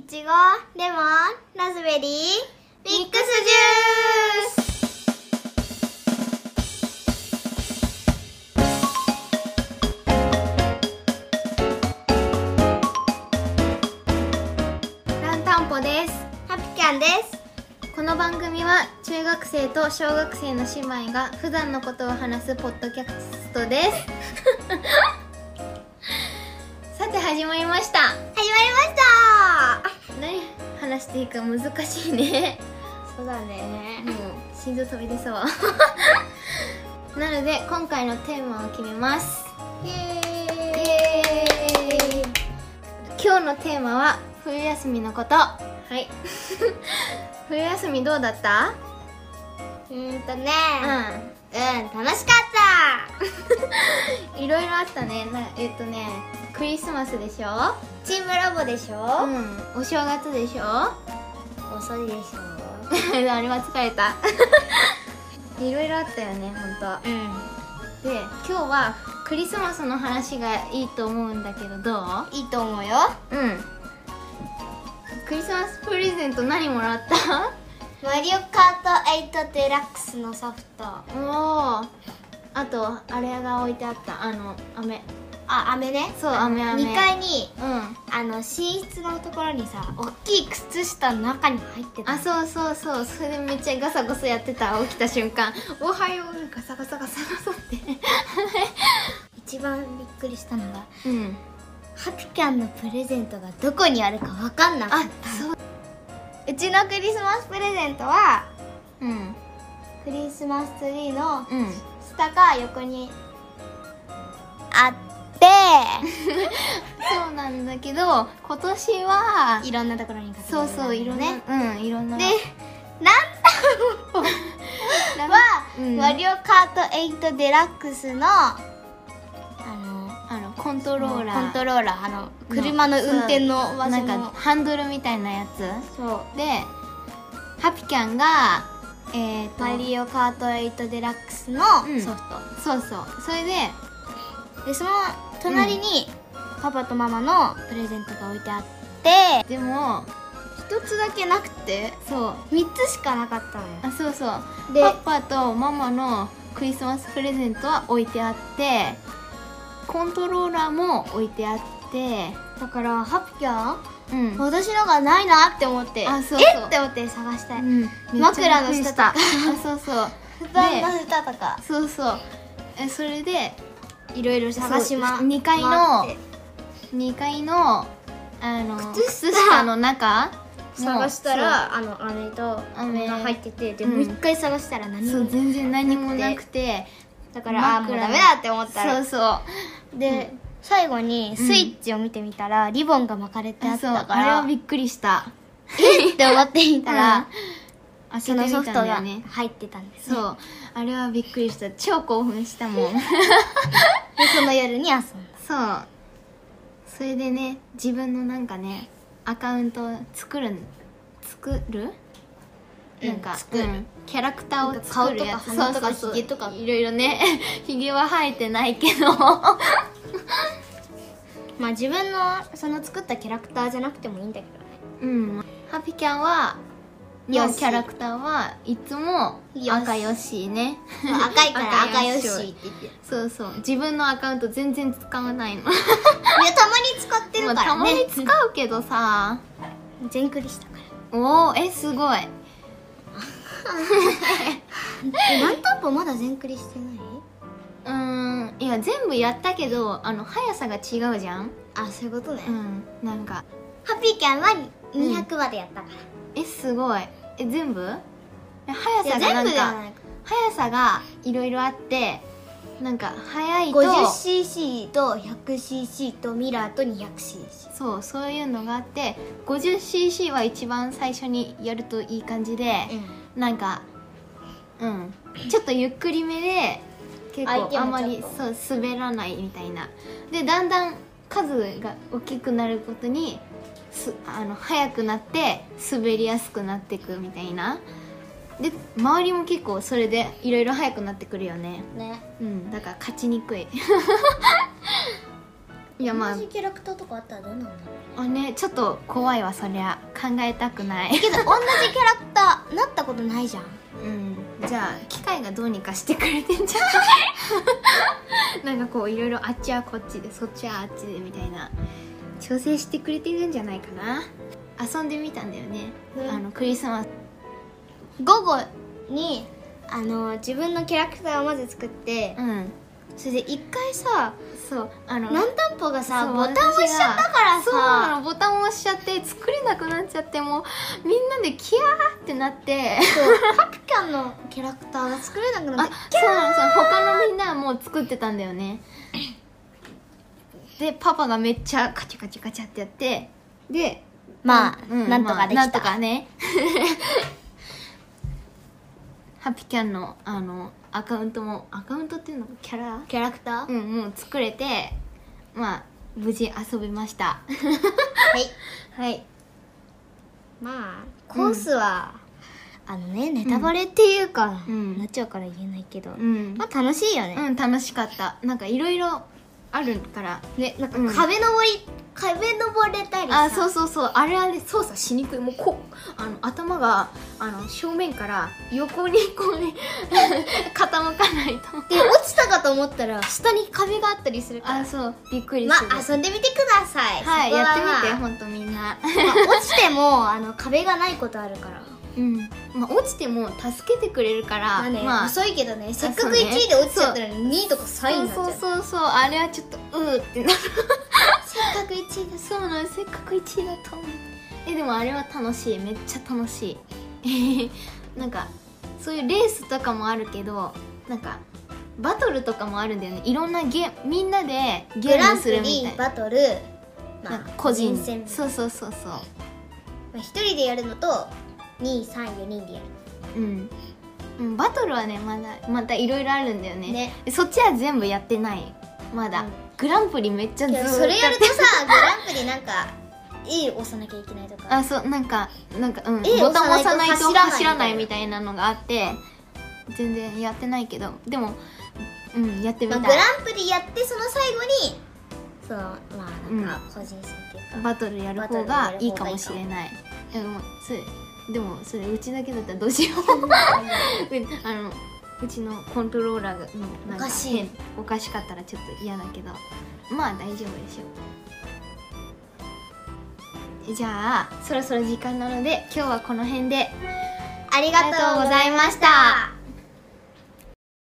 ちご、レモン、ラズベリー、ミックスジュース。 ランタンポです。 ハピキャンです。 この番組は中学生と小学生の姉妹が普段のことを話すポッドキャストですさて始まりました。 始まりました。 何話していいか難しいね。 そうだね。 もう心臓飛び出そうなので今回のテーマを決めます。 イエーイ。 今日のテーマは冬休みのこと。はい冬休みどうだった？ 楽しかっいろいろあったね。クリスマスでしょ、 た。チームラボでしょ。 お正月でしょ遅いでしょ。 あれは疲れたいろいろあったよね、ほんと。で、今日はクリスマスの話がいいと思うんだけど、どう？ いいと思うよ。 クリスマスプレゼント何もらった？ マリオカート8デラックスのソフト。 おー、あとあれが置いてあった、飴。 飴ね。 そう、飴。 2階に寝寝室のところにさ、大きい靴下の中に入ってた。 そう、それでめっちゃガサゴソやってた。起きた瞬間、おはよう、ガサガサって一番びっくりしたのが、 うんハピキャンのプレゼントがどこにあるか分かんなかった。 そう。 うちのクリスマスプレゼントはうんクリスマスツリーのうん下が横にあってそうなんだけど、今年はいろんなところに飾そうってあるいろんな、 ね。 いろんなで、ランタンは、マリオカート8デラックスのコントローラー、 車の運転の場所なんのかハンドルみたいなやつそうで、ハピキャンがマリオカート8デラックスのソフト、 そうそれででその隣にパパとママのプレゼントが置いてあって、 でも一つだけなくてそう 3つしかなかったのよ。 そうでパパとママのクリスマスプレゼントは置いてあって、コントローラーも置いてあって、 だからハピキャン、 うん私のがないなって思って、 そうって思って探したい、枕の下とかそう布団の下とか、 そうそれでいろいろ探しま 2階の靴下の中探したら飴と飴が入ってて、でもう一回探したら何も全然何もなくて、 だからもうダメだって思ったら、 そうで、最後にスイッチを見てみたら、リボンが巻かれてあったから、 あれはびっくりしたって思ってみたら、そのソフトがね入ってたんですね。 そう、あれはびっくりした。超興奮したもんで、 その夜に遊んだ。 そう、それでね、自分のなんかねアカウントを作るなんか、キャラクターを作るやつ、 顔とか鼻とかヒゲとかいろいろねヒゲは生えてないけどまあ自分のその作ったキャラクターじゃなくてもいいんだけどね。 ハピキャンはのキャラクターはいつも赤ヨッシーね赤いから赤ヨッシーって言って。 そう、自分のアカウント全然使わないのいや、たまに使ってるからね。 たまに使うけどさ全クリしたから。 すごいランタンポまだ全クリしてない？ いや全部やったけど速さが違うじゃん。 そういうことね。 なんかハピキャンは200までやったから。 すごい。全部？速さがいろいろあって、なんか速いと 50cc と 100cc とミラーと 200cc、 そういうのがあって、 50cc は一番最初にやるといい感じで、なんかちょっとゆっくりめで結構あんまり滑らないみたいな。でだんだん数が大きくなることに速くなって滑りやすくなっていくみたいな。で周りも結構それでいろいろ速くなってくるよね。だから勝ちにくいいやまあ同じキャラクターとかあったらどうなんだろう。 あね、ちょっと怖いわそりゃ。考えたくないけど同じキャラクターなったことないじゃん。 うん、じゃあ機械がどうにかしてくれてんじゃないなんかこういろいろあっちはこっちでそっちはあっちでみたいな調整してくれてるんじゃないかな。遊んでみたんだよね、クリスマス午後に自分のキャラクターをまず作って、それで一回さ、 そう何タンポがさそうボタン押しちゃったからそうなさ、 の、ボタンを押しちゃって作れなくなっちゃって、もうみんなでキャーってなってそうハピキャンのキャラクターが作れなくなってそうなの、そう他のみんなはもう作ってたんだよね。でパパがめっちゃカチャカチャカチャってやって、でまあ、なんとかできた、 なんとかねハピキャンのアカウントっていうのキャラクター、 もう作れて、まあ無事遊びましたはいはい。 まあコースは、ネタバレっていうか、なっちゃうから言えないけど、まあ楽しいよね。 楽しかった。なんかいろいろあるからね、なんか壁登れたりさ、 そうあれ操作しにくい。もうこう頭が正面から横にこうね傾かないと。 で落ちたかと思ったら下に壁があったりするから、 そうびっくりする。 まあ遊んでみてください。 はい、 そこはやってみて、ほんとみんな落ちても壁がないことあるから、 まあ落ちても助けてくれるから、 まあ遅いけどね、せっかく1位で落ちちゃったのに2位とか3位になっちゃう。 そうあれはちょっとってなるせっかく1位だ。 そうなん、せっかく1位だと思う。でもあれは楽しい、めっちゃ楽しいなんかそういうレースとかもあるけど、なんかバトルとかもあるんだよね。いろんなみんなでゲームするみたいな。 グランプリバトル、 なんか個人戦、 そう 1人でやるのと2位3位4人でやる。 バトルはねまたいろいろあるんだよね。そっちは全部やってないまだ。グランプリめっちゃずーっとそれやるとさ、グランプリなんか A 押さなきゃいけないとか、 そうなんかボ A タン押さないと走らないみみたいなのがあって、全然やってないけど、でもやってみたい。 グランプリやってその最後になんか個人戦っていうかバトルやる方がいいかもしれない。でもそれうちだけだったらどうしよううちのコントローラーがなんかおかしかったらちょっと嫌だけど、まあ大丈夫でしょ。じゃあそろそろ時間なので今日はこの辺でありがとうございました。